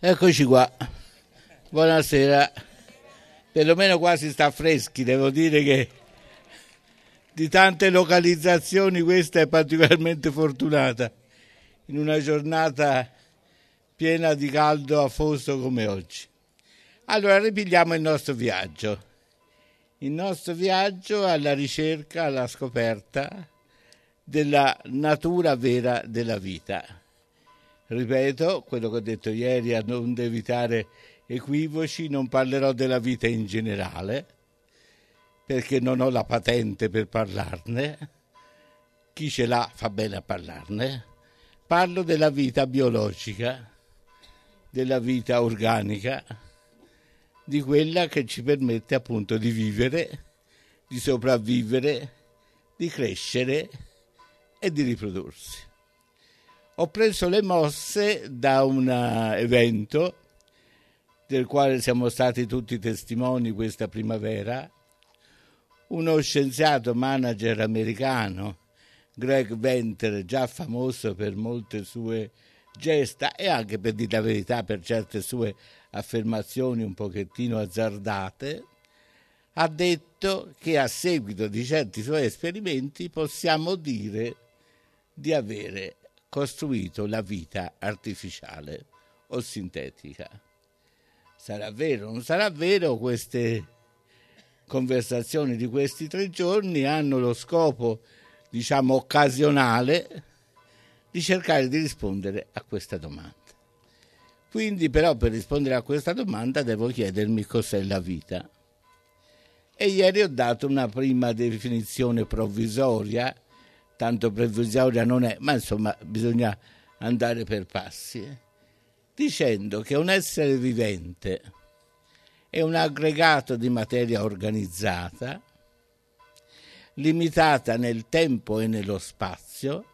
Eccoci qua, buonasera. Perlomeno qua si sta freschi, devo dire che di tante localizzazioni questa è particolarmente fortunata, in una giornata piena di caldo afoso come oggi. Allora ripigliamo il nostro viaggio alla ricerca, alla scoperta della natura vera della vita. Ripeto quello che ho detto ieri, a non evitare equivoci, non parlerò della vita in generale, perché non ho la patente per parlarne, chi ce l'ha fa bene a parlarne. Parlo della vita biologica, della vita organica, di quella che ci permette appunto di vivere, di sopravvivere, di crescere e di riprodursi. Ho preso le mosse da un evento del quale siamo stati tutti testimoni questa primavera. Uno scienziato manager americano, Greg Venter, già famoso per molte sue gesta e anche, per dire la verità, per certe sue affermazioni un pochettino azzardate, ha detto che a seguito di certi suoi esperimenti possiamo dire di avere costruito la vita artificiale o sintetica. Sarà vero o non sarà vero? Queste conversazioni di questi 3 giorni hanno lo scopo, diciamo, occasionale di cercare di rispondere a questa domanda. Quindi però per rispondere a questa domanda devo chiedermi cos'è la vita. E ieri ho dato una prima definizione provvisoria, tanto provvisoria non è, ma insomma bisogna andare per passi, dicendo che un essere vivente è un aggregato di materia organizzata, limitata nel tempo e nello spazio,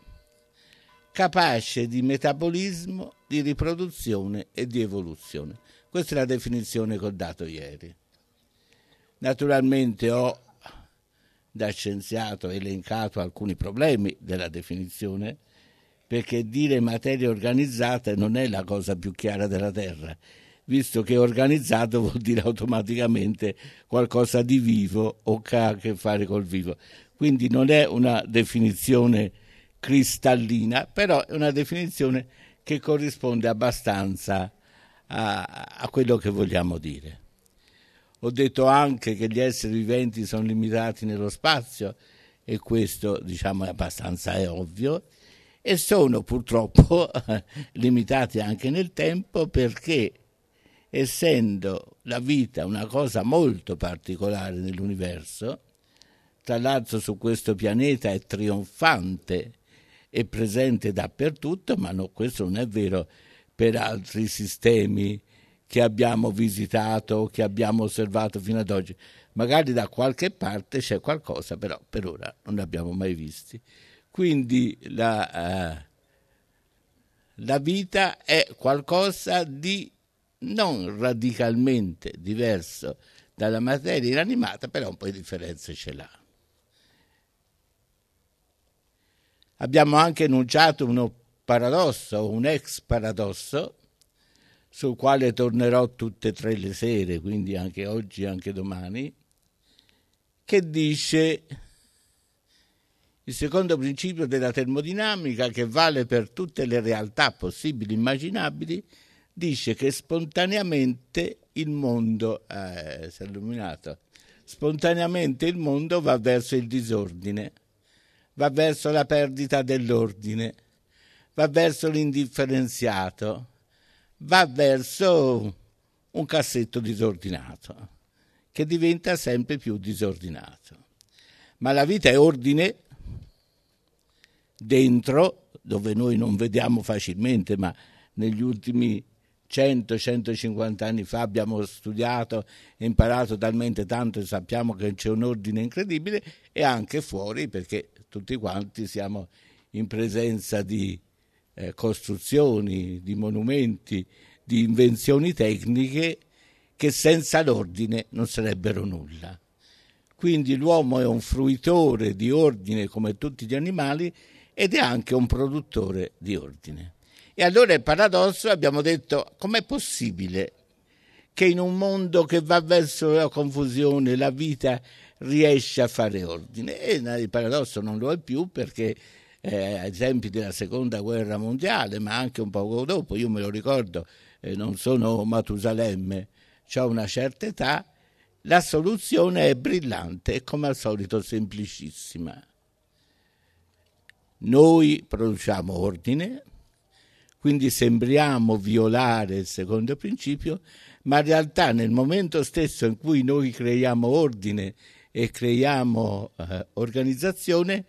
capace di metabolismo, di riproduzione e di evoluzione. Questa è la definizione che ho dato ieri. Naturalmente ho, da scienziato, elencato alcuni problemi della definizione, perché dire materia organizzata non è la cosa più chiara della Terra, visto che organizzato vuol dire automaticamente qualcosa di vivo o che ha a che fare col vivo. Quindi non è una definizione cristallina, però è una definizione che corrisponde abbastanza a quello che vogliamo dire. Ho detto anche che gli esseri viventi sono limitati nello spazio, e questo, diciamo, è abbastanza ovvio, e sono purtroppo limitati anche nel tempo, perché essendo la vita una cosa molto particolare nell'universo, tra l'altro su questo pianeta è trionfante e presente dappertutto, ma no, questo non è vero per altri sistemi che abbiamo visitato, che abbiamo osservato fino ad oggi. Magari da qualche parte c'è qualcosa, però per ora non ne abbiamo mai visti. Quindi la vita è qualcosa di non radicalmente diverso dalla materia inanimata, però un po' di differenze ce l'ha. Abbiamo anche enunciato uno paradosso, un ex paradosso, sul quale tornerò tutte e 3 le sere, quindi anche oggi e anche domani, che dice: il secondo principio della termodinamica, che vale per tutte le realtà possibili e immaginabili, dice che spontaneamente il mondo spontaneamente il mondo va verso il disordine, va verso la perdita dell'ordine, va verso l'indifferenziato, va verso un cassetto disordinato, che diventa sempre più disordinato. Ma la vita è ordine dentro, dove noi non vediamo facilmente, ma negli ultimi 100-150 anni fa abbiamo studiato e imparato talmente tanto e sappiamo che c'è un ordine incredibile, e anche fuori, perché tutti quanti siamo in presenza di costruzioni, di monumenti, di invenzioni tecniche che senza l'ordine non sarebbero nulla. Quindi l'uomo è un fruitore di ordine come tutti gli animali, ed è anche un produttore di ordine. E allora il paradosso, abbiamo detto, com'è possibile che in un mondo che va verso la confusione la vita riesce a fare ordine? E il paradosso non lo è più, perché ai tempi della seconda guerra mondiale, ma anche un poco dopo, io me lo ricordo, non sono Matusalemme, ho una certa età, la soluzione è brillante e come al solito semplicissima. Noi produciamo ordine, quindi sembriamo violare il secondo principio, ma in realtà nel momento stesso in cui noi creiamo ordine e creiamo organizzazione,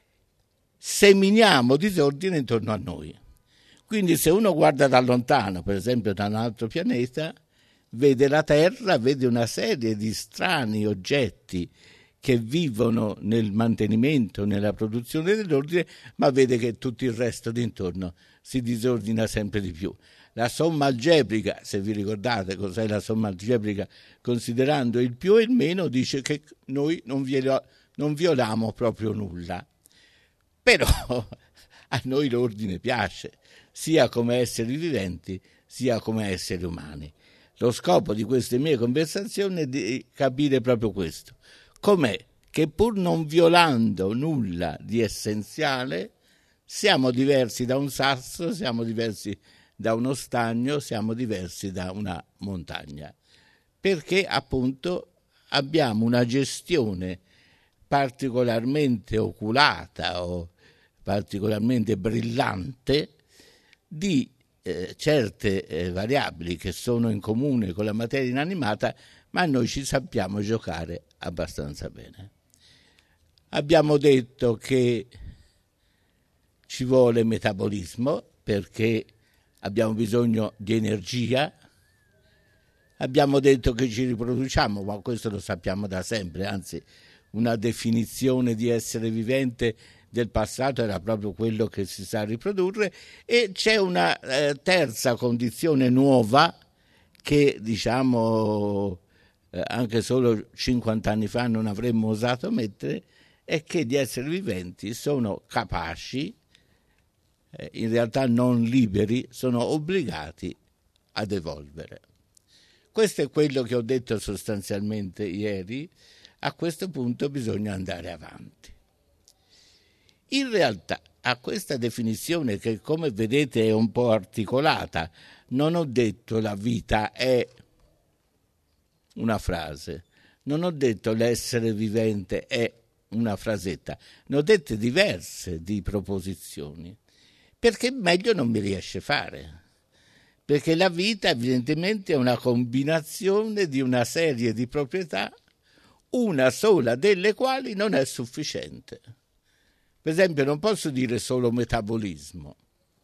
seminiamo disordine intorno a noi. Quindi se uno guarda da lontano, per esempio da un altro pianeta, vede la Terra, vede una serie di strani oggetti che vivono nel mantenimento, nella produzione dell'ordine, ma vede che tutto il resto d'intorno si disordina sempre di più. La somma algebrica, se vi ricordate cos'è la somma algebrica, considerando il più e il meno, dice che noi non violiamo proprio nulla. Però a noi l'ordine piace, sia come esseri viventi, sia come esseri umani. Lo scopo di queste mie conversazioni è di capire proprio questo. Com'è che pur non violando nulla di essenziale, siamo diversi da un sasso, siamo diversi da uno stagno, siamo diversi da una montagna. Perché appunto abbiamo una gestione particolarmente oculata o particolarmente brillante di certe variabili che sono in comune con la materia inanimata, ma noi ci sappiamo giocare abbastanza bene. Abbiamo detto che ci vuole metabolismo perché abbiamo bisogno di energia. Abbiamo detto che ci riproduciamo, ma questo lo sappiamo da sempre, anzi una definizione di essere vivente del passato era proprio quello che si sa riprodurre, e c'è una terza condizione nuova che diciamo anche solo 50 anni fa non avremmo osato mettere, è che gli esseri viventi sono capaci, in realtà non liberi, sono obbligati ad evolvere. Questo è quello che ho detto sostanzialmente ieri. A questo punto bisogna andare avanti. In realtà, a questa definizione, che come vedete è un po' articolata, non ho detto la vita è una frase, non ho detto l'essere vivente è una frasetta, ne ho dette diverse di proposizioni, perché meglio non mi riesce a fare. Perché la vita evidentemente è una combinazione di una serie di proprietà, una sola delle quali non è sufficiente. Per esempio non posso dire solo metabolismo,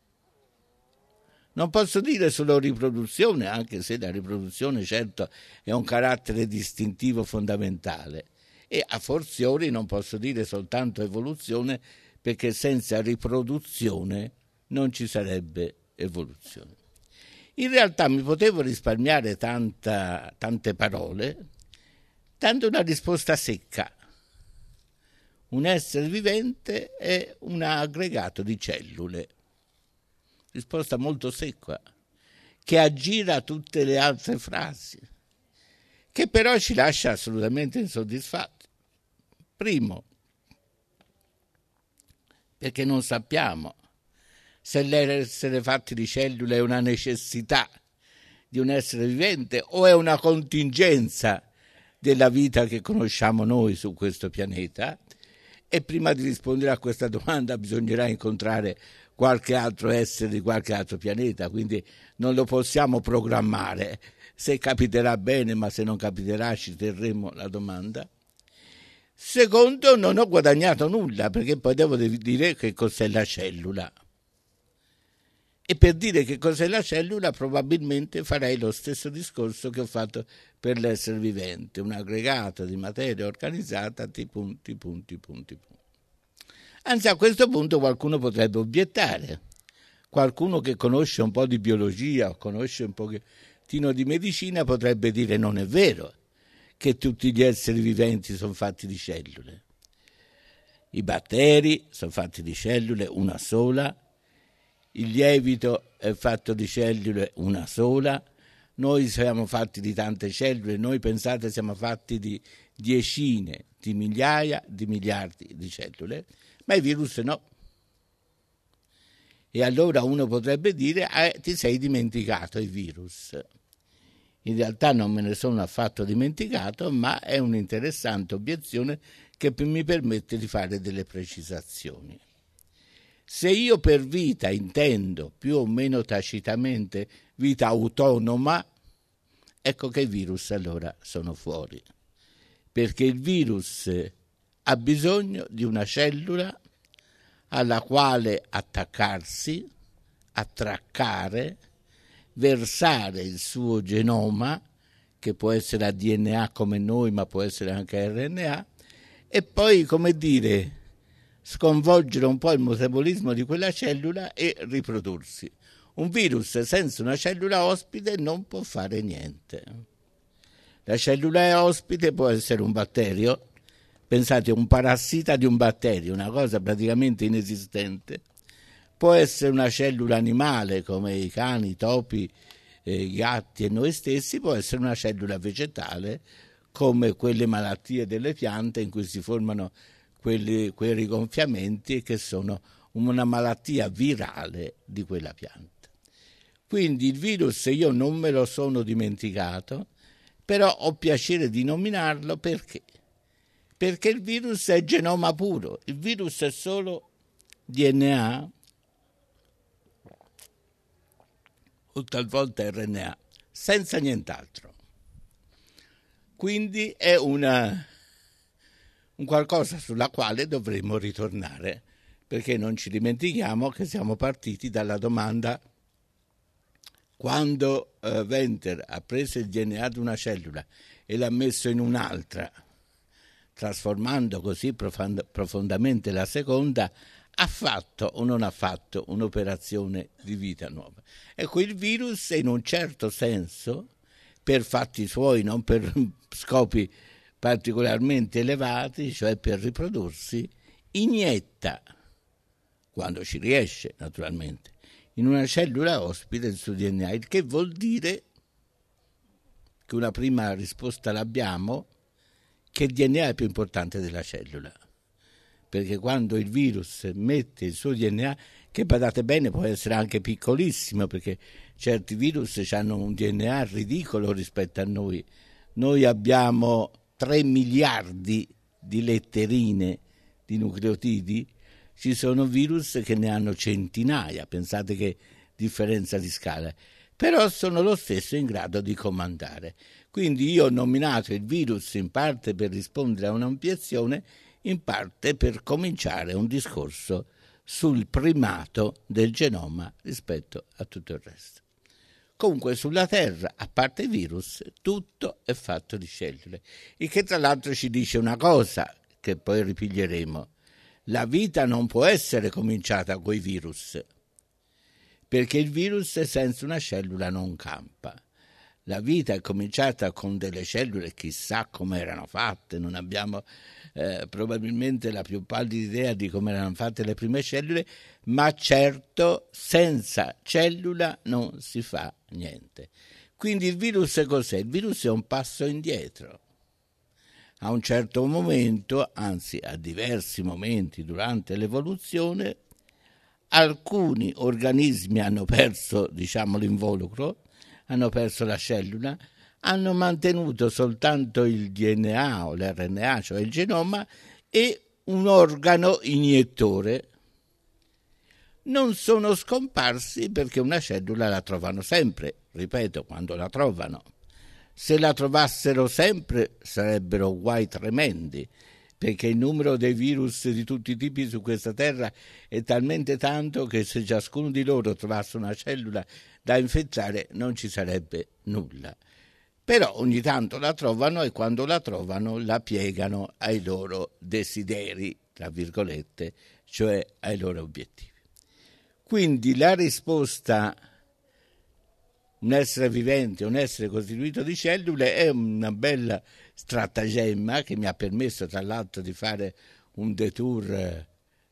non posso dire solo riproduzione, anche se la riproduzione certo è un carattere distintivo fondamentale, e a fortiori non posso dire soltanto evoluzione, perché senza riproduzione non ci sarebbe evoluzione. In realtà mi potevo risparmiare tante parole dando una risposta secca. Un essere vivente è un aggregato di cellule. Risposta molto secca, che aggira tutte le altre frasi, che però ci lascia assolutamente insoddisfatti. Primo, perché non sappiamo se l'essere fatti di cellule è una necessità di un essere vivente o è una contingenza della vita che conosciamo noi su questo pianeta. E prima di rispondere a questa domanda bisognerà incontrare qualche altro essere di qualche altro pianeta, quindi non lo possiamo programmare. Se capiterà bene, ma se non capiterà ci terremo la domanda. Secondo, non ho guadagnato nulla, perché poi devo dire che cos'è la cellula. E per dire che cos'è la cellula probabilmente farei lo stesso discorso che ho fatto per l'essere vivente, un aggregato di materia organizzata di punti. Anzi, a questo punto qualcuno potrebbe obiettare, qualcuno che conosce un po' di biologia o conosce un pochettino di medicina potrebbe dire non è vero che tutti gli esseri viventi sono fatti di cellule. I batteri sono fatti di cellule, una sola. il lievito è fatto di cellule una sola, noi siamo fatti di tante cellule, noi pensate siamo fatti di decine di migliaia di miliardi di cellule, ma i virus no. E allora uno potrebbe dire, ti sei dimenticato i virus. In realtà non me ne sono affatto dimenticato, ma è un'interessante obiezione che mi permette di fare delle precisazioni. Se io per vita intendo più o meno tacitamente vita autonoma, ecco che i virus allora sono fuori. Perché il virus ha bisogno di una cellula alla quale attaccarsi, attraccare, versare il suo genoma, che può essere a DNA come noi, ma può essere anche a RNA, e poi, come dire, sconvolgere un po' il metabolismo di quella cellula e riprodursi. Un virus senza una cellula ospite non può fare niente. La cellula ospite può essere un batterio, pensate, un parassita di un batterio, una cosa praticamente inesistente. Può essere una cellula animale come i cani, i topi, i gatti e noi stessi, può essere una cellula vegetale come quelle malattie delle piante in cui si formano quei rigonfiamenti che sono una malattia virale di quella pianta. Quindi il virus io non me lo sono dimenticato, però ho piacere di nominarlo perché? Perché il virus è genoma puro, il virus è solo DNA o talvolta RNA, senza nient'altro. Quindi è un qualcosa sulla quale dovremmo ritornare, perché non ci dimentichiamo che siamo partiti dalla domanda: quando Venter ha preso il DNA di una cellula e l'ha messo in un'altra, trasformando così profondamente la seconda, ha fatto o non ha fatto un'operazione di vita nuova. Ecco, il virus in un certo senso, per fatti suoi, non per scopi particolarmente elevati, cioè per riprodursi, inietta, quando ci riesce naturalmente, in una cellula ospite il suo DNA, il che vuol dire che una prima risposta l'abbiamo, che il DNA è più importante della cellula, perché quando il virus mette il suo DNA, che badate bene può essere anche piccolissimo, perché certi virus hanno un DNA ridicolo rispetto a noi abbiamo 3 miliardi di letterine di nucleotidi, ci sono virus che ne hanno centinaia, pensate che differenza di scala, però sono lo stesso in grado di comandare. Quindi io ho nominato il virus in parte per rispondere a un'obiezione, in parte per cominciare un discorso sul primato del genoma rispetto a tutto il resto. Comunque sulla Terra, a parte i virus, tutto è fatto di cellule, il che tra l'altro ci dice una cosa che poi ripiglieremo: la vita non può essere cominciata coi virus, perché il virus senza una cellula non campa. La vita è cominciata con delle cellule, chissà come erano fatte, non abbiamo probabilmente la più pallida idea di come erano fatte le prime cellule, ma certo senza cellula non si fa niente. Quindi il virus cos'è? Il virus è un passo indietro. A un certo momento, anzi a diversi momenti durante l'evoluzione, alcuni organismi hanno perso, l'involucro, hanno perso la cellula, hanno mantenuto soltanto il DNA o l'RNA, cioè il genoma, e un organo iniettore. Non sono scomparsi perché una cellula la trovano sempre, ripeto, quando la trovano. Se la trovassero sempre sarebbero guai tremendi, perché il numero dei virus di tutti i tipi su questa terra è talmente tanto che se ciascuno di loro trovasse una cellula da infettare non ci sarebbe nulla. Però ogni tanto la trovano e quando la trovano la piegano ai loro desideri, tra virgolette, cioè ai loro obiettivi. Quindi la risposta, un essere vivente, un essere costituito di cellule, è una bella stratagemma che mi ha permesso tra l'altro di fare un detour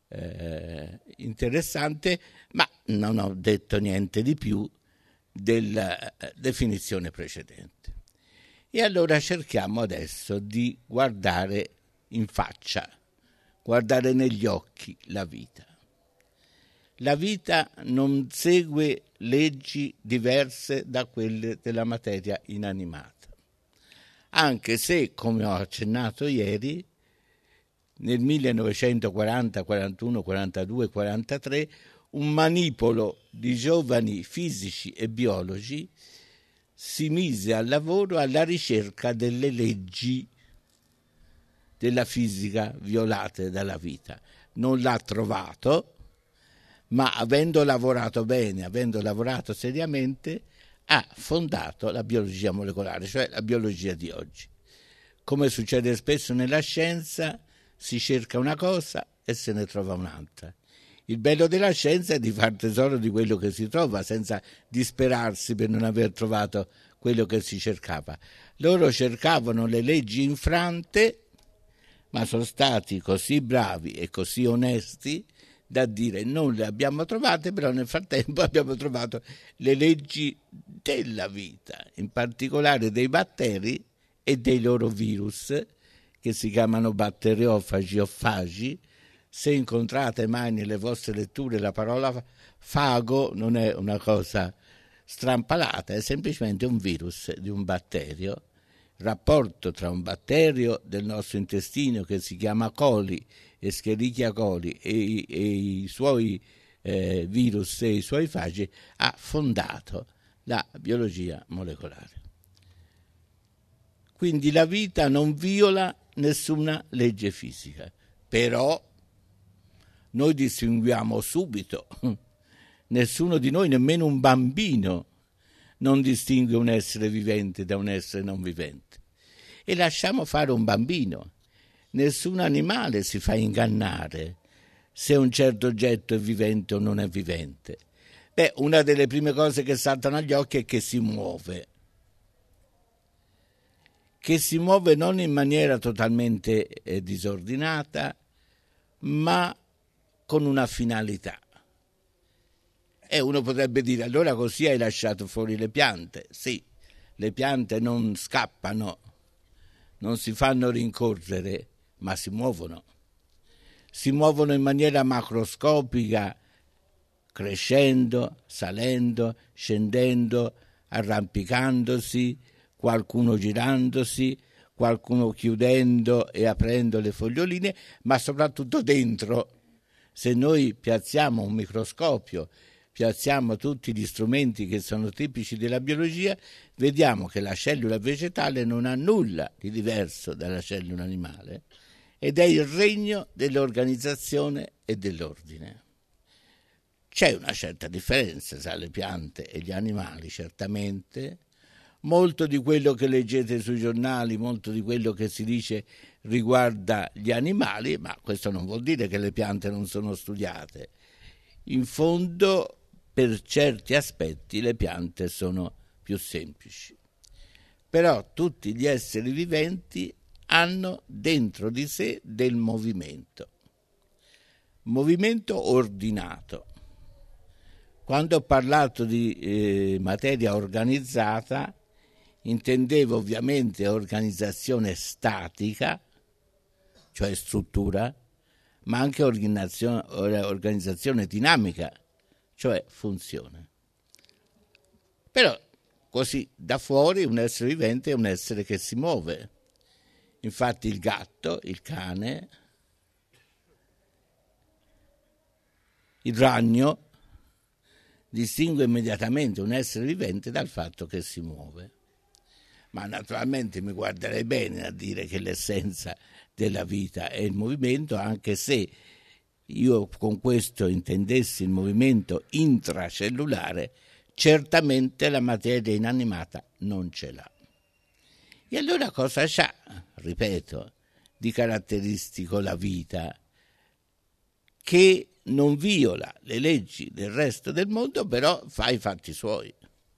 interessante, ma non ho detto niente di più della definizione precedente. E allora cerchiamo adesso di guardare in faccia, guardare negli occhi la vita. La vita non segue leggi diverse da quelle della materia inanimata, anche se, come ho accennato ieri, nel 1940, 41, 42, 43, un manipolo di giovani fisici e biologi si mise al lavoro alla ricerca delle leggi della fisica violate dalla vita. Non l'ha trovato, ma avendo lavorato bene, avendo lavorato seriamente, ha fondato la biologia molecolare, cioè la biologia di oggi. Come succede spesso nella scienza, si cerca una cosa e se ne trova un'altra. Il bello della scienza è di far tesoro di quello che si trova, senza disperarsi per non aver trovato quello che si cercava. Loro cercavano le leggi infrante, ma sono stati così bravi e così onesti da dire non le abbiamo trovate, però nel frattempo abbiamo trovato le leggi della vita, in particolare dei batteri e dei loro virus, che si chiamano batteriofagi o fagi. Se incontrate mai nelle vostre letture la parola fago, non è una cosa strampalata, è semplicemente un virus di un batterio. Il rapporto tra un batterio del nostro intestino che si chiama coli, Escherichia coli, e i suoi virus e i suoi fagi ha fondato la biologia molecolare. Quindi la vita non viola nessuna legge fisica, però noi distinguiamo subito, nessuno di noi, nemmeno un bambino, non distingue un essere vivente da un essere non vivente. E lasciamo fare un bambino. Nessun animale si fa ingannare se un certo oggetto è vivente o non è vivente. Una delle prime cose che saltano agli occhi è che si muove. Che si muove non in maniera totalmente disordinata, ma con una finalità. E uno potrebbe dire, allora così hai lasciato fuori le piante. Sì, le piante non scappano, non si fanno rincorrere, ma si muovono. Si muovono in maniera macroscopica, crescendo, salendo, scendendo, arrampicandosi, qualcuno girandosi, qualcuno chiudendo e aprendo le foglioline, ma soprattutto dentro. Se noi piazziamo un microscopio, piazziamo tutti gli strumenti che sono tipici della biologia, vediamo che la cellula vegetale non ha nulla di diverso dalla cellula animale ed è il regno dell'organizzazione e dell'ordine. C'è una certa differenza tra le piante e gli animali, certamente. Molto di quello che leggete sui giornali, molto di quello che si dice riguarda gli animali, ma questo non vuol dire che le piante non sono studiate. In fondo, per certi aspetti, le piante sono più semplici. Però tutti gli esseri viventi hanno dentro di sé del movimento ordinato. Quando ho parlato di materia organizzata, intendevo ovviamente organizzazione statica, cioè struttura, ma anche organizzazione dinamica, cioè funzione. Però così da fuori un essere vivente è un essere che si muove. Infatti il gatto, il cane, il ragno distingue immediatamente un essere vivente dal fatto che si muove. Ma naturalmente mi guarderei bene a dire che l'essenza della vita è il movimento, anche se io con questo intendessi il movimento intracellulare, certamente la materia inanimata non ce l'ha. E allora cosa c'ha, ripeto, di caratteristico la vita? Che non viola le leggi del resto del mondo, però fa i fatti suoi.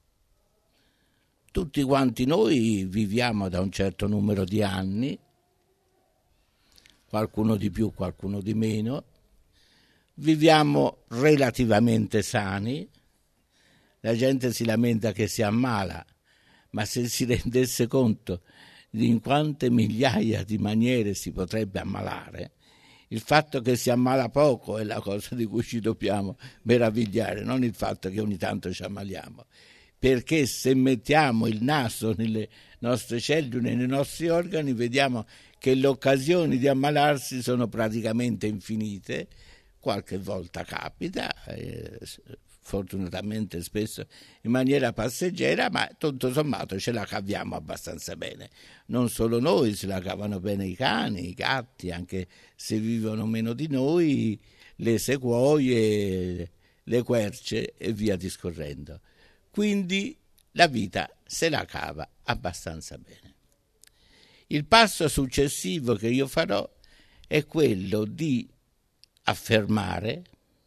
Tutti quanti noi viviamo da un certo numero di anni, qualcuno di più, qualcuno di meno, viviamo relativamente sani, la gente si lamenta che si ammala, ma se si rendesse conto di in quante migliaia di maniere si potrebbe ammalare, il fatto che si ammala poco è la cosa di cui ci dobbiamo meravigliare, non il fatto che ogni tanto ci ammaliamo, perché se mettiamo il naso nelle nostre cellule, nei nostri organi, vediamo che le occasioni di ammalarsi sono praticamente infinite. Qualche volta capita, fortunatamente spesso in maniera passeggera, ma tutto sommato ce la caviamo abbastanza bene. Non solo noi, se la cavano bene i cani, i gatti, anche se vivono meno di noi, le sequoie, le querce e via discorrendo. Quindi la vita se la cava abbastanza bene. Il passo successivo che io farò è quello di affermare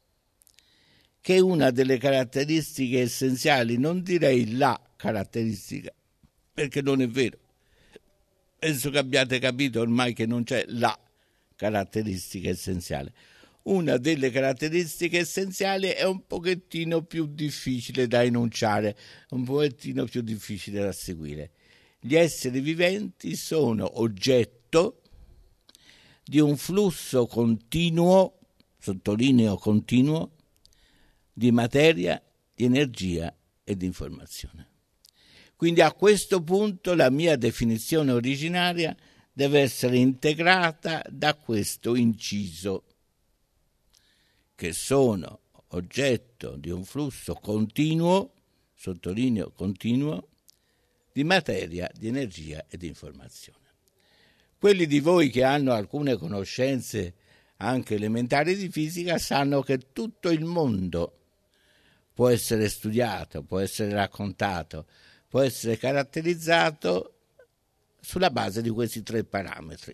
che una delle caratteristiche essenziali, non direi la caratteristica, perché non è vero, penso che abbiate capito ormai che non c'è la caratteristica essenziale. Una delle caratteristiche essenziali è un pochettino più difficile da enunciare, un pochettino più difficile da seguire. Gli esseri viventi sono oggetto di un flusso continuo, sottolineo continuo, di materia, di energia e di informazione. Quindi a questo punto la mia definizione originaria deve essere integrata da questo inciso, che sono oggetto di un flusso continuo, sottolineo continuo, di materia, di energia e di informazione. Quelli di voi che hanno alcune conoscenze anche elementari di fisica sanno che tutto il mondo può essere studiato, può essere raccontato, può essere caratterizzato sulla base di questi tre parametri.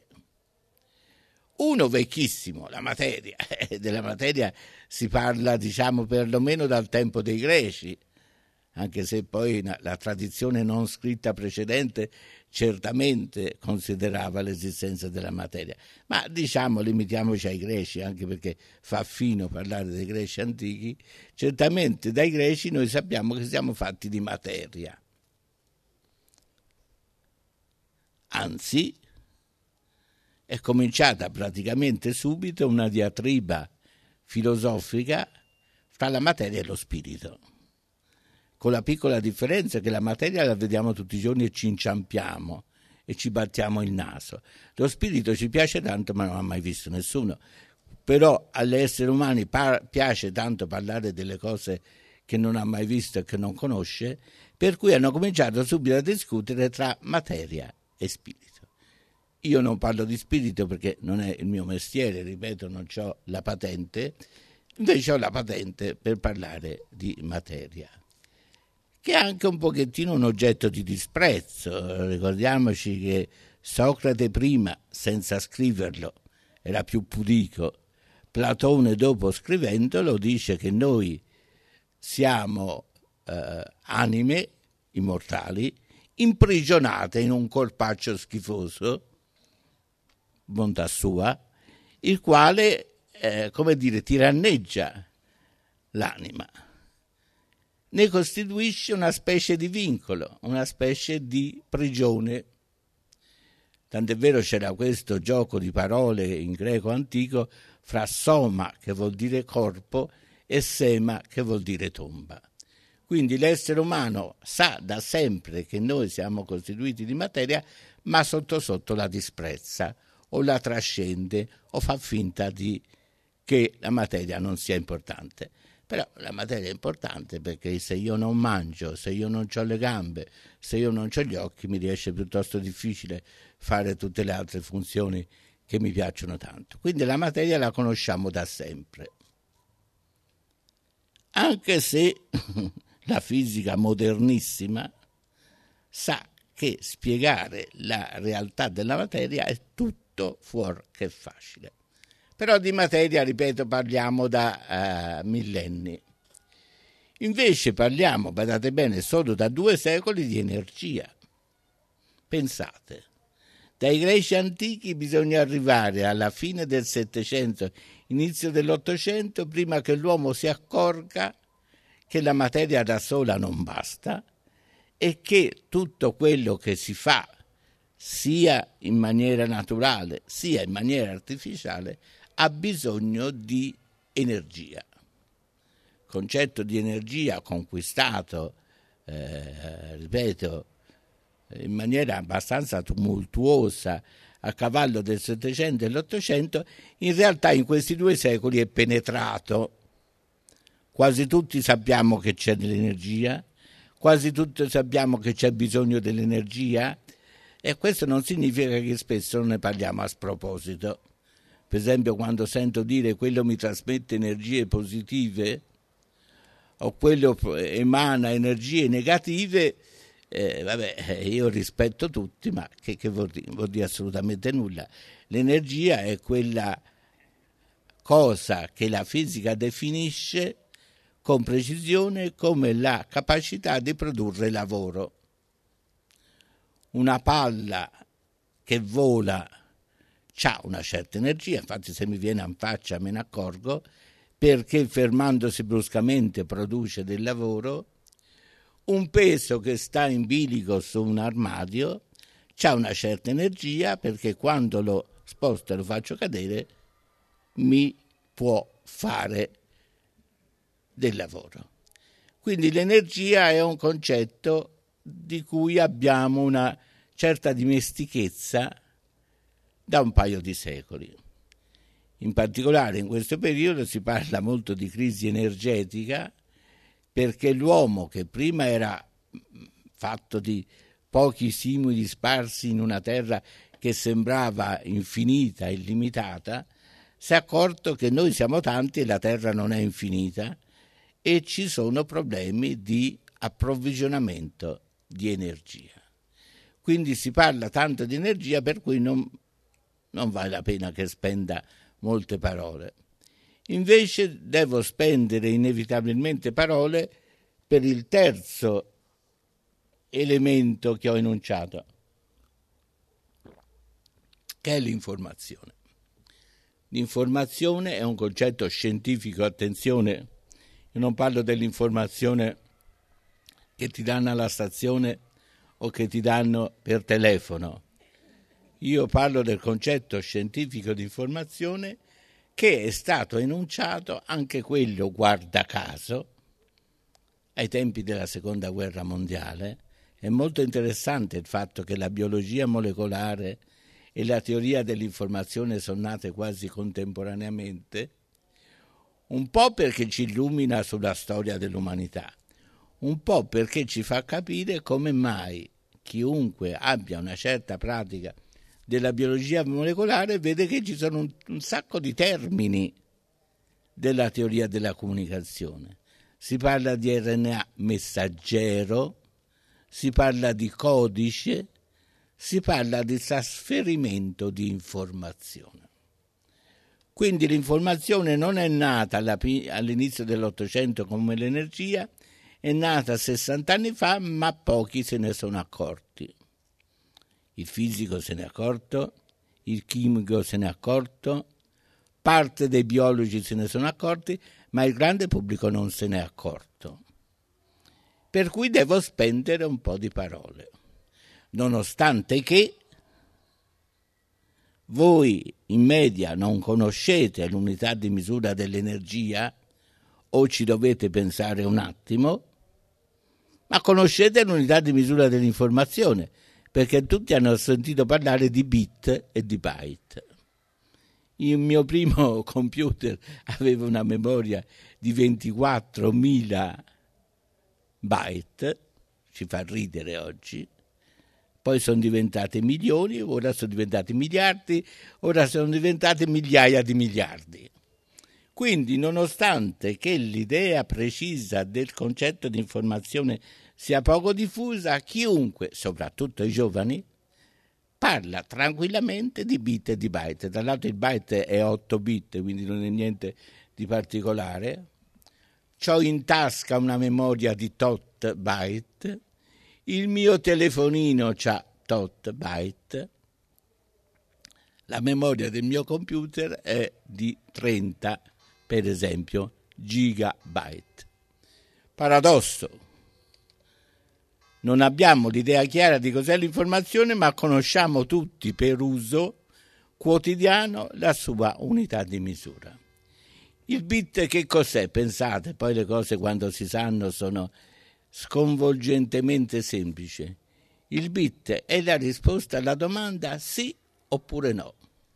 Uno vecchissimo, la materia. Della materia si parla, diciamo, perlomeno dal tempo dei Greci, anche se poi la tradizione non scritta precedente certamente considerava l'esistenza della materia. Ma diciamo, limitiamoci ai Greci, anche perché fa fino parlare dei Greci antichi. Certamente dai Greci noi sappiamo che siamo fatti di materia. Anzi, è cominciata praticamente subito una diatriba filosofica fra la materia e lo spirito, con la piccola differenza che la materia la vediamo tutti i giorni e ci inciampiamo e ci battiamo il naso. Lo spirito ci piace tanto, ma non ha mai visto nessuno. Però agli esseri umani piace tanto parlare delle cose che non ha mai visto e che non conosce, per cui hanno cominciato subito a discutere tra materia e spirito. Io non parlo di spirito perché non è il mio mestiere, ripeto, non ho la patente, invece ho la patente per parlare di materia, che è anche un pochettino un oggetto di disprezzo. Ricordiamoci che Socrate prima, senza scriverlo, era più pudico. Platone dopo, scrivendolo, dice che noi siamo anime immortali imprigionate in un corpaccio schifoso, bontà sua, il quale, tiranneggia l'anima, ne costituisce una specie di vincolo, una specie di prigione. Tant'è vero c'era questo gioco di parole in greco antico fra soma, che vuol dire corpo, e sema, che vuol dire tomba. Quindi l'essere umano sa da sempre che noi siamo costituiti di materia, ma sotto sotto la disprezza o la trascende o fa finta che la materia non sia importante. Però la materia è importante perché se io non mangio, se io non ho le gambe, se io non ho gli occhi, mi riesce piuttosto difficile fare tutte le altre funzioni che mi piacciono tanto. Quindi la materia la conosciamo da sempre. Anche se la fisica modernissima sa che spiegare la realtà della materia è tutto fuorché facile. Però di materia, ripeto, parliamo da millenni. Invece parliamo, badate bene, solo da 2 secoli di energia. Pensate, Dai greci antichi bisogna arrivare alla fine del Settecento, inizio dell'Ottocento, prima che l'uomo si accorga che la materia da sola non basta e che tutto quello che si fa, sia in maniera naturale sia in maniera artificiale, ha bisogno di energia. Concetto di energia conquistato, ripeto, in maniera abbastanza tumultuosa a cavallo del Settecento e dell'Ottocento, in realtà in questi 2 secoli è penetrato. Quasi tutti sappiamo che c'è dell'energia, quasi tutti sappiamo che c'è bisogno dell'energia, e questo non significa che spesso non ne parliamo a sproposito. Per esempio, quando sento dire quello mi trasmette energie positive o quello emana energie negative, io rispetto tutti, ma che vuol dire assolutamente nulla. L'energia è quella cosa che la fisica definisce con precisione come la capacità di produrre lavoro. Una palla che vola ha una certa energia, infatti se mi viene in faccia me ne accorgo, perché fermandosi bruscamente produce del lavoro. Un peso che sta in bilico su un armadio ha una certa energia, perché quando lo sposto e lo faccio cadere mi può fare del lavoro. Quindi l'energia è un concetto di cui abbiamo una certa dimestichezza da un paio di secoli. In particolare in questo periodo si parla molto di crisi energetica, perché l'uomo, che prima era fatto di pochi simili sparsi in una terra che sembrava infinita, illimitata, si è accorto che noi siamo tanti e la terra non è infinita e ci sono problemi di approvvigionamento di energia. Quindi si parla tanto di energia, per cui non vale la pena che spenda molte parole. Invece devo spendere inevitabilmente parole per il terzo elemento che ho enunciato, che è l'informazione. L'informazione è un concetto scientifico, attenzione, io non parlo dell'informazione che ti danno alla stazione o che ti danno per telefono. Io parlo del concetto scientifico di informazione, che è stato enunciato anche quello, guarda caso, ai tempi della Seconda Guerra Mondiale. È molto interessante il fatto che la biologia molecolare e la teoria dell'informazione sono nate quasi contemporaneamente, un po' perché ci illumina sulla storia dell'umanità, un po' perché ci fa capire come mai chiunque abbia una certa pratica della biologia molecolare vede che ci sono un sacco di termini della teoria della comunicazione. Si parla di RNA messaggero, si parla di codice, si parla di trasferimento di informazione. Quindi l'informazione non è nata all'inizio dell'Ottocento come l'energia, è nata 60 anni fa, ma pochi se ne sono accorti. Il fisico se ne è accorto, il chimico se ne è accorto, parte dei biologi se ne sono accorti, ma il grande pubblico non se ne è accorto. Per cui devo spendere un po' di parole, nonostante che voi in media non conoscete l'unità di misura dell'energia, o ci dovete pensare un attimo, ma conoscete l'unità di misura dell'informazione, perché tutti hanno sentito parlare di bit e di byte. Il mio primo computer aveva una memoria di 24.000 byte, ci fa ridere oggi, poi sono diventati milioni, ora sono diventati miliardi, ora sono diventati migliaia di miliardi. Quindi, nonostante che l'idea precisa del concetto di informazione sia poco diffusa, chiunque, soprattutto i giovani, parla tranquillamente di bit e di byte. Tra l'altro il byte è 8 bit, quindi non è niente di particolare. C'ho in tasca una memoria di tot byte, il mio telefonino c'ha tot byte, la memoria del mio computer è di 30, per esempio, gigabyte. Paradosso. Non abbiamo l'idea chiara di cos'è l'informazione, ma conosciamo tutti per uso quotidiano la sua unità di misura. Il bit che cos'è? Pensate, poi le cose quando si sanno sono sconvolgentemente semplici. Il bit è la risposta alla domanda sì oppure no.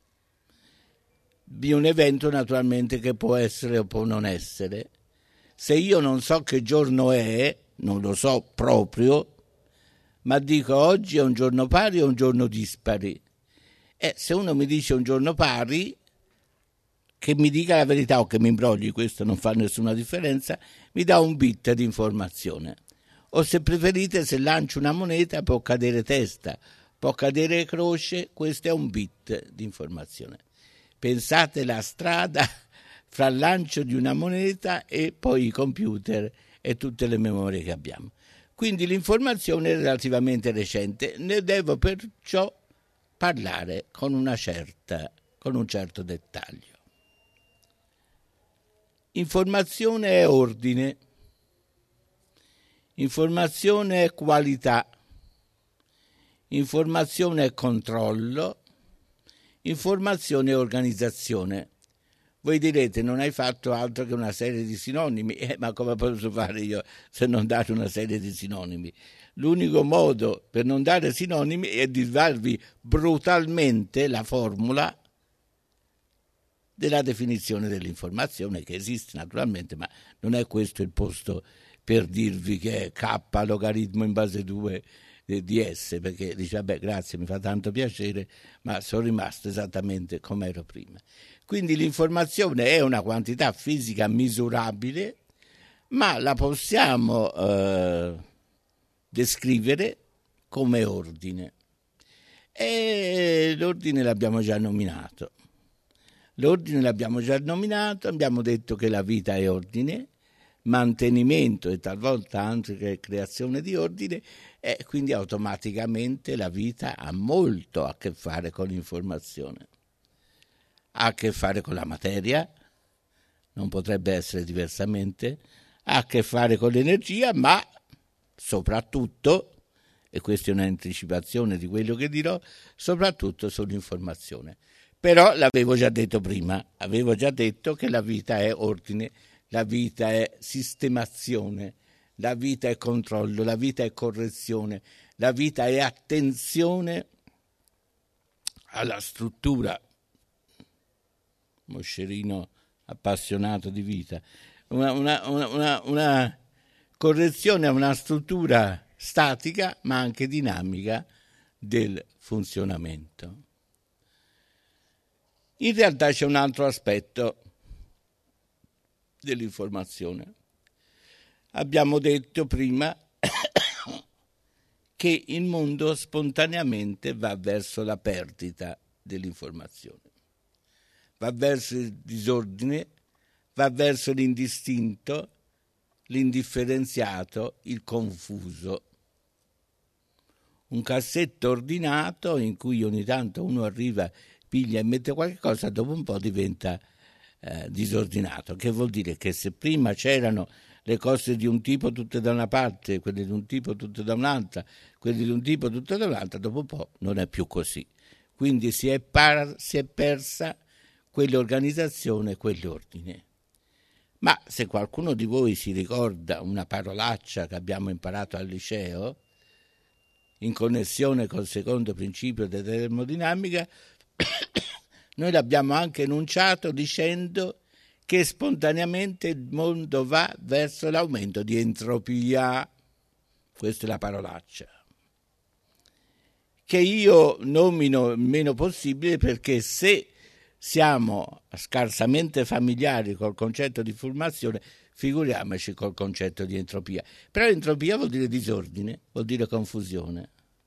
Di un evento naturalmente che può essere o può non essere. Se io non so che giorno è, non lo so proprio, ma dico oggi è un giorno pari o un giorno dispari. E se uno mi dice un giorno pari, che mi dica la verità o che mi imbrogli, questo non fa nessuna differenza, mi dà un bit di informazione. O se preferite, se lancio una moneta può cadere testa, può cadere croce, questo è un bit di informazione. Pensate la strada fra il lancio di una moneta e poi i computer e tutte le memorie che abbiamo. Quindi l'informazione è relativamente recente, ne devo perciò parlare con un certo dettaglio. Informazione è ordine, informazione è qualità, informazione è controllo, informazione è organizzazione. Voi direte, non hai fatto altro che una serie di sinonimi, ma come posso fare io se non dare una serie di sinonimi? L'unico modo per non dare sinonimi è di darvi brutalmente la formula della definizione dell'informazione, che esiste naturalmente, ma non è questo il posto per dirvi che è K logaritmo in base 2 di S, perché dice, vabbè, grazie, mi fa tanto piacere, ma sono rimasto esattamente come ero prima. Quindi l'informazione è una quantità fisica misurabile, ma la possiamo descrivere come ordine. E l'ordine l'abbiamo già nominato. Abbiamo detto che la vita è ordine, mantenimento e talvolta anche creazione di ordine, e quindi automaticamente la vita ha molto a che fare con l'informazione. Ha a che fare con la materia, non potrebbe essere diversamente, ha a che fare con l'energia, ma soprattutto, e questa è un'anticipazione di quello che dirò, soprattutto sull'informazione. Però l'avevo già detto prima, avevo già detto che la vita è ordine, la vita è sistemazione, la vita è controllo, la vita è correzione, la vita è attenzione alla struttura. Moscerino appassionato di vita, una correzione a una struttura statica ma anche dinamica del funzionamento. In realtà c'è un altro aspetto dell'informazione. Abbiamo detto prima che il mondo spontaneamente va verso la perdita dell'informazione. Va verso il disordine, va verso l'indistinto, l'indifferenziato, il confuso. Un cassetto ordinato in cui ogni tanto uno arriva, piglia e mette qualche cosa, dopo un po' diventa disordinato. Che vuol dire che se prima c'erano le cose di un tipo tutte da una parte, quelle di un tipo tutte da un'altra, quelle di un tipo tutte da un'altra, dopo un po' non è più così. Quindi si è persa quell'organizzazione, quell'ordine. Ma se qualcuno di voi si ricorda una parolaccia che abbiamo imparato al liceo, in connessione col secondo principio della termodinamica, noi l'abbiamo anche enunciato dicendo che spontaneamente il mondo va verso l'aumento di entropia. Questa è la parolaccia, che io nomino il meno possibile, perché se siamo scarsamente familiari col concetto di formazione, figuriamoci col concetto di entropia. Però entropia vuol dire disordine, vuol dire confusione.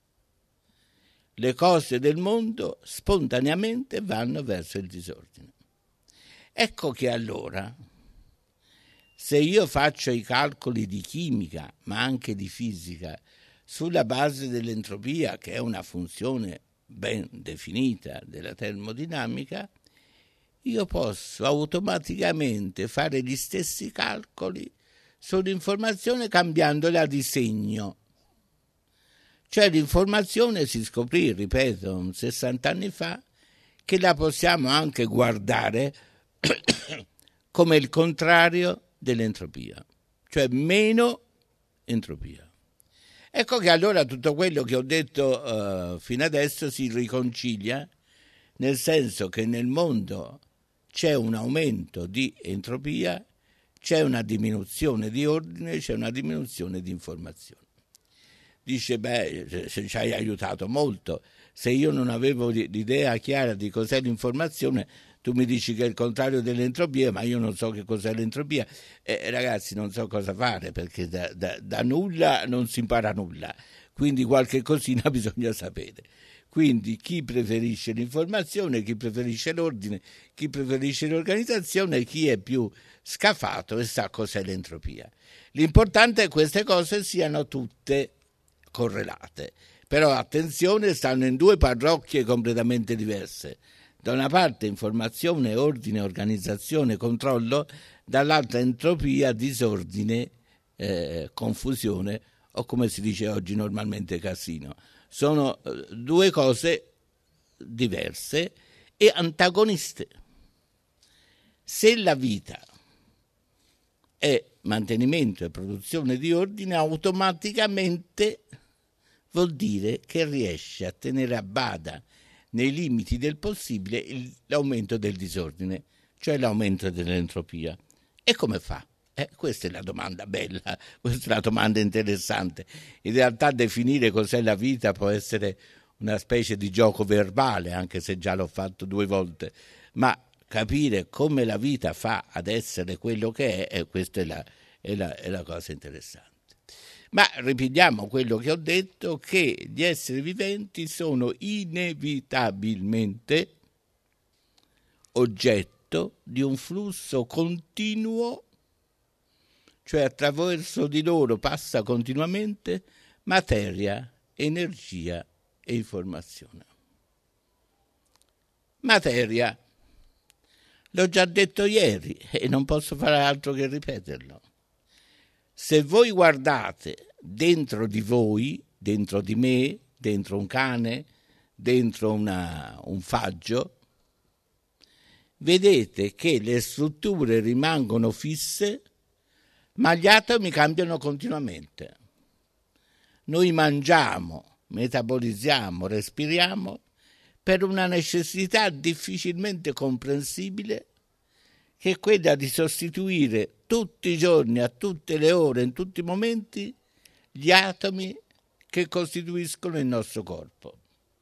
Le cose del mondo spontaneamente vanno verso il disordine. Ecco che allora, se io faccio i calcoli di chimica, ma anche di fisica, sulla base dell'entropia, che è una funzione ben definita della termodinamica, io posso automaticamente fare gli stessi calcoli sull'informazione cambiandola di segno. Cioè l'informazione si scoprì, ripeto, 60 anni fa, che la possiamo anche guardare come il contrario dell'entropia, cioè meno entropia. Ecco che allora tutto quello che ho detto fino adesso si riconcilia, nel senso che nel mondo c'è un aumento di entropia, c'è una diminuzione di ordine, c'è una diminuzione di informazione. Dice, se ci hai aiutato molto, se io non avevo l'idea chiara di cos'è l'informazione, tu mi dici che è il contrario dell'entropia, ma io non so che cos'è l'entropia. Ragazzi, non so cosa fare, perché da nulla non si impara nulla, quindi qualche cosina bisogna sapere. Quindi chi preferisce l'informazione, chi preferisce l'ordine, chi preferisce l'organizzazione, chi è più scafato e sa cos'è l'entropia. L'importante è che queste cose siano tutte correlate, però attenzione, stanno in due parrocchie completamente diverse. Da una parte informazione, ordine, organizzazione, controllo, dall'altra entropia, disordine, confusione o come si dice oggi normalmente casino. Sono due cose diverse e antagoniste. Se la vita è mantenimento e produzione di ordine, automaticamente vuol dire che riesce a tenere a bada nei limiti del possibile l'aumento del disordine, cioè l'aumento dell'entropia. E come fa? Questa è la domanda bella, questa è la domanda interessante. In realtà definire cos'è la vita può essere una specie di gioco verbale, anche se già l'ho fatto 2 volte, ma capire come la vita fa ad essere quello che è, questa è la cosa interessante. Ma ripetiamo quello che ho detto, che gli esseri viventi sono inevitabilmente oggetto di un flusso continuo, cioè attraverso di loro passa continuamente materia, energia e informazione. Materia, l'ho già detto ieri e non posso fare altro che ripeterlo. Se voi guardate dentro di voi, dentro di me, dentro un cane, dentro un faggio, vedete che le strutture rimangono fisse, ma gli atomi cambiano continuamente. Noi mangiamo, metabolizziamo, respiriamo per una necessità difficilmente comprensibile, che è quella di sostituire tutti i giorni, a tutte le ore, in tutti i momenti, gli atomi che costituiscono il nostro corpo.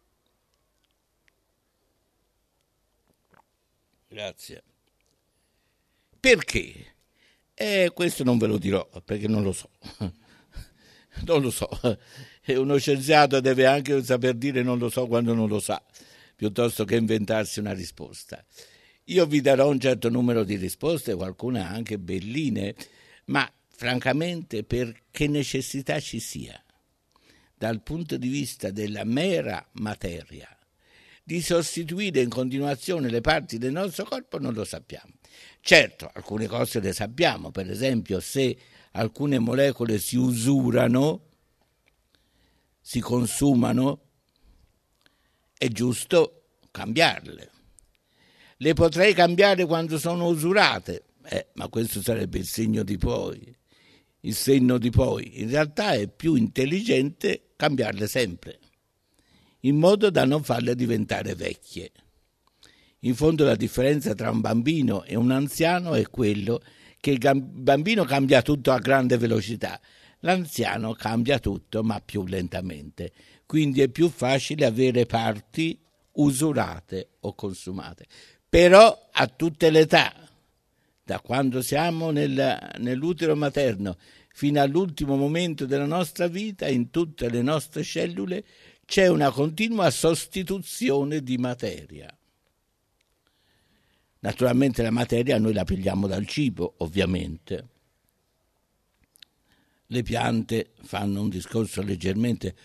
Grazie. Perché? Questo non ve lo dirò, perché non lo so. Non lo so. E uno scienziato deve anche saper dire non lo so quando non lo sa, piuttosto che inventarsi una risposta. Io vi darò un certo numero di risposte, qualcuna anche belline, ma francamente per che necessità ci sia, dal punto di vista della mera materia, di sostituire in continuazione le parti del nostro corpo non lo sappiamo. Certo, alcune cose le sappiamo, per esempio se alcune molecole si usurano, si consumano, è giusto cambiarle. Le potrei cambiare quando sono usurate, ma questo sarebbe il segno di poi. Il senno di poi. In realtà è più intelligente cambiarle sempre, in modo da non farle diventare vecchie. In fondo la differenza tra un bambino e un anziano è quello che il bambino cambia tutto a grande velocità, l'anziano cambia tutto ma più lentamente, quindi è più facile avere parti usurate o consumate. Però a tutte le età, da quando siamo nell'utero materno fino all'ultimo momento della nostra vita, in tutte le nostre cellule c'è una continua sostituzione di materia. Naturalmente la materia noi la pigliamo dal cibo, ovviamente. Le piante fanno un discorso leggermente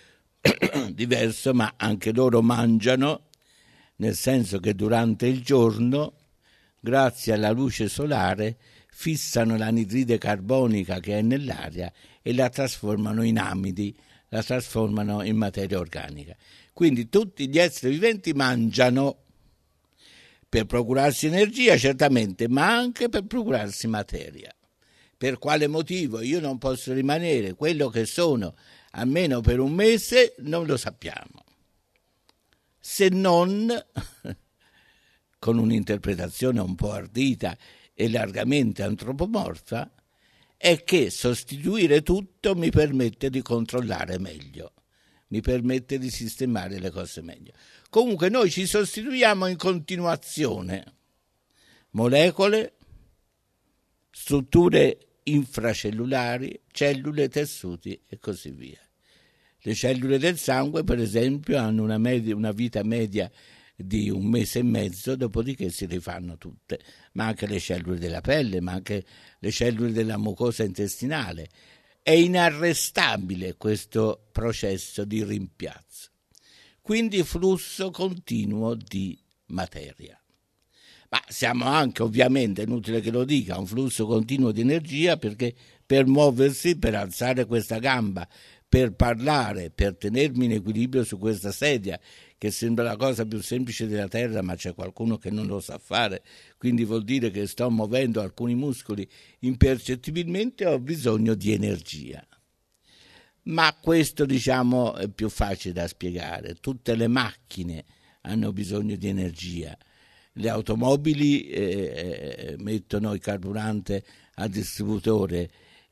diverso, ma anche loro mangiano, nel senso che durante il giorno, grazie alla luce solare, fissano l'anidride carbonica che è nell'aria e la trasformano in amidi, la trasformano in materia organica. Quindi tutti gli esseri viventi mangiano per procurarsi energia, certamente, ma anche per procurarsi materia. Per quale motivo io non posso rimanere quello che sono almeno per un mese non lo sappiamo, se non con un'interpretazione un po' ardita e largamente antropomorfa, è che sostituire tutto mi permette di controllare meglio, mi permette di sistemare le cose meglio. Comunque noi ci sostituiamo in continuazione, molecole, strutture infracellulari, cellule, tessuti e così via. Le cellule del sangue, per esempio, hanno una vita media di 1 mese e mezzo, dopodiché si rifanno tutte, ma anche le cellule della pelle, ma anche le cellule della mucosa intestinale. È inarrestabile questo processo di rimpiazzo. Quindi flusso continuo di materia. Ma siamo anche, ovviamente, è inutile che lo dica, un flusso continuo di energia, perché per muoversi, per alzare questa gamba, per parlare, per tenermi in equilibrio su questa sedia, che sembra la cosa più semplice della terra, ma c'è qualcuno che non lo sa fare, quindi vuol dire che sto muovendo alcuni muscoli impercettibilmente, ho bisogno di energia. Ma questo, diciamo, è più facile da spiegare. Tutte le macchine hanno bisogno di energia. Le automobili mettono il carburante al distributore,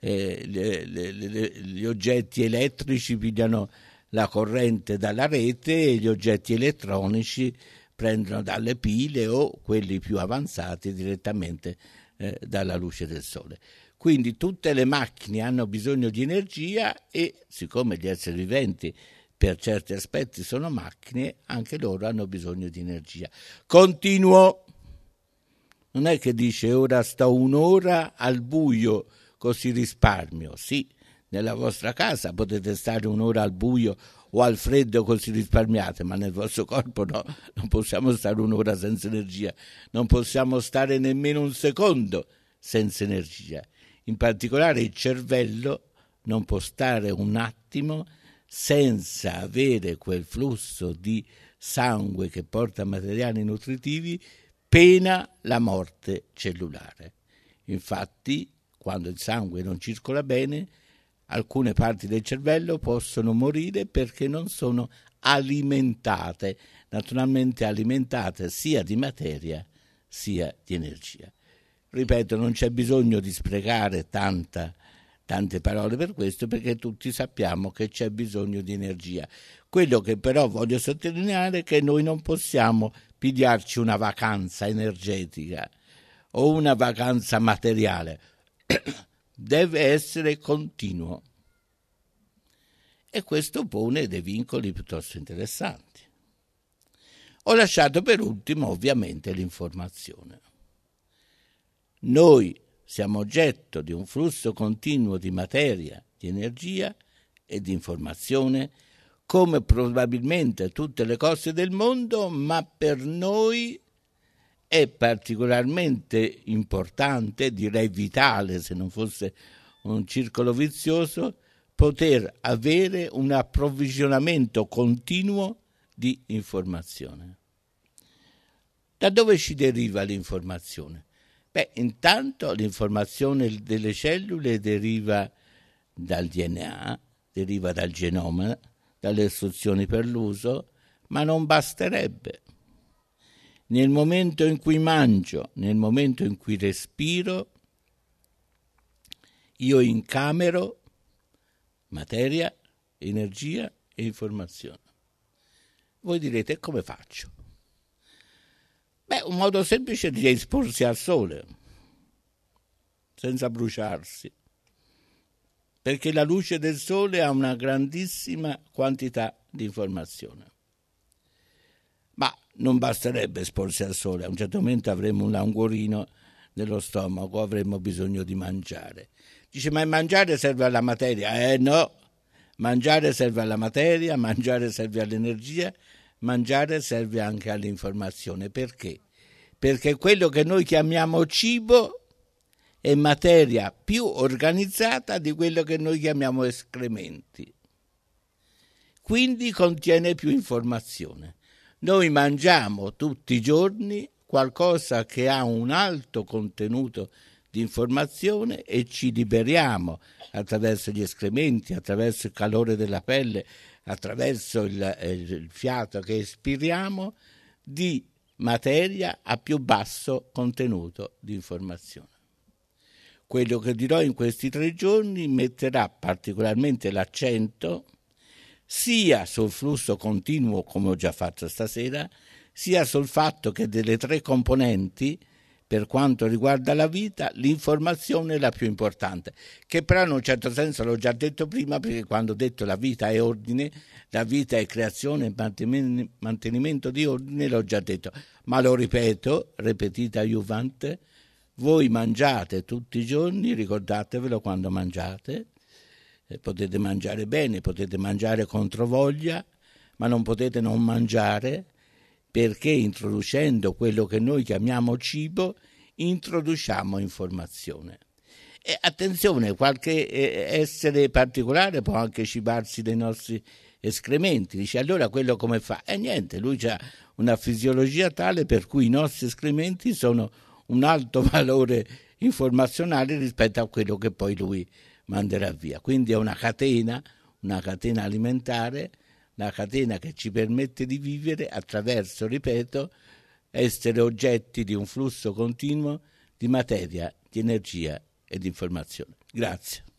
gli oggetti elettrici pigliano la corrente dalla rete e gli oggetti elettronici prendono dalle pile o quelli più avanzati direttamente dalla luce del sole. Quindi tutte le macchine hanno bisogno di energia e siccome gli esseri viventi per certi aspetti sono macchine, anche loro hanno bisogno di energia. Continuo. Non è che dice ora sto 1 ora al buio così risparmio. Sì, nella vostra casa potete stare 1 ora al buio o al freddo così risparmiate, ma nel vostro corpo no, non possiamo stare 1 ora senza energia, non possiamo stare nemmeno 1 secondo senza energia. In particolare il cervello non può stare un attimo senza avere quel flusso di sangue che porta materiali nutritivi, pena la morte cellulare. Infatti, quando il sangue non circola bene, alcune parti del cervello possono morire perché non sono alimentate, naturalmente alimentate sia di materia sia di energia. Ripeto, non c'è bisogno di sprecare tante parole per questo, perché tutti sappiamo che c'è bisogno di energia. Quello che però voglio sottolineare è che noi non possiamo pigliarci una vacanza energetica o una vacanza materiale, deve essere continuo e questo pone dei vincoli piuttosto interessanti. Ho lasciato per ultimo ovviamente l'informazione. Noi siamo oggetto di un flusso continuo di materia, di energia e di informazione, come probabilmente tutte le cose del mondo, ma per noi è particolarmente importante, direi vitale se non fosse un circolo vizioso, poter avere un approvvigionamento continuo di informazione. Da dove ci deriva l'informazione? Intanto l'informazione delle cellule deriva dal DNA, deriva dal genoma, dalle istruzioni per l'uso, ma non basterebbe. Nel momento in cui mangio, nel momento in cui respiro, io incamero materia, energia e informazione. Voi direte, come faccio? Un modo semplice di esporsi al sole, senza bruciarsi, perché la luce del sole ha una grandissima quantità di informazione. Ma non basterebbe esporsi al sole, a un certo momento avremo un languorino nello stomaco, avremo bisogno di mangiare. Dice, ma il mangiare serve alla materia? No, Mangiare serve alla materia, mangiare serve all'energia, mangiare serve anche all'informazione. Perché? Perché quello che noi chiamiamo cibo è materia più organizzata di quello che noi chiamiamo escrementi. Quindi contiene più informazione. Noi mangiamo tutti i giorni qualcosa che ha un alto contenuto di informazione e ci liberiamo attraverso gli escrementi, attraverso il calore della pelle, attraverso il fiato che espiriamo, di materia a più basso contenuto di informazione. Quello che dirò in questi 3 giorni metterà particolarmente l'accento sia sul flusso continuo, come ho già fatto stasera, sia sul fatto che delle 3 componenti, per quanto riguarda la vita, l'informazione è la più importante, che però in un certo senso l'ho già detto prima, perché quando ho detto la vita è ordine, la vita è creazione e mantenimento di ordine, l'ho già detto, ma lo ripeto, repetita iuvant, voi mangiate tutti i giorni, ricordatevelo quando mangiate, potete mangiare bene, potete mangiare contro voglia, ma non potete non mangiare, perché introducendo quello che noi chiamiamo cibo, introduciamo informazione. E attenzione, qualche essere particolare può anche cibarsi dei nostri escrementi. Dice, allora quello come fa? Niente, lui ha una fisiologia tale per cui i nostri escrementi sono un alto valore informazionale rispetto a quello che poi lui manderà via. Quindi è una catena alimentare, una catena che ci permette di vivere attraverso, ripeto, essere oggetti di un flusso continuo di materia, di energia e di informazione. Grazie.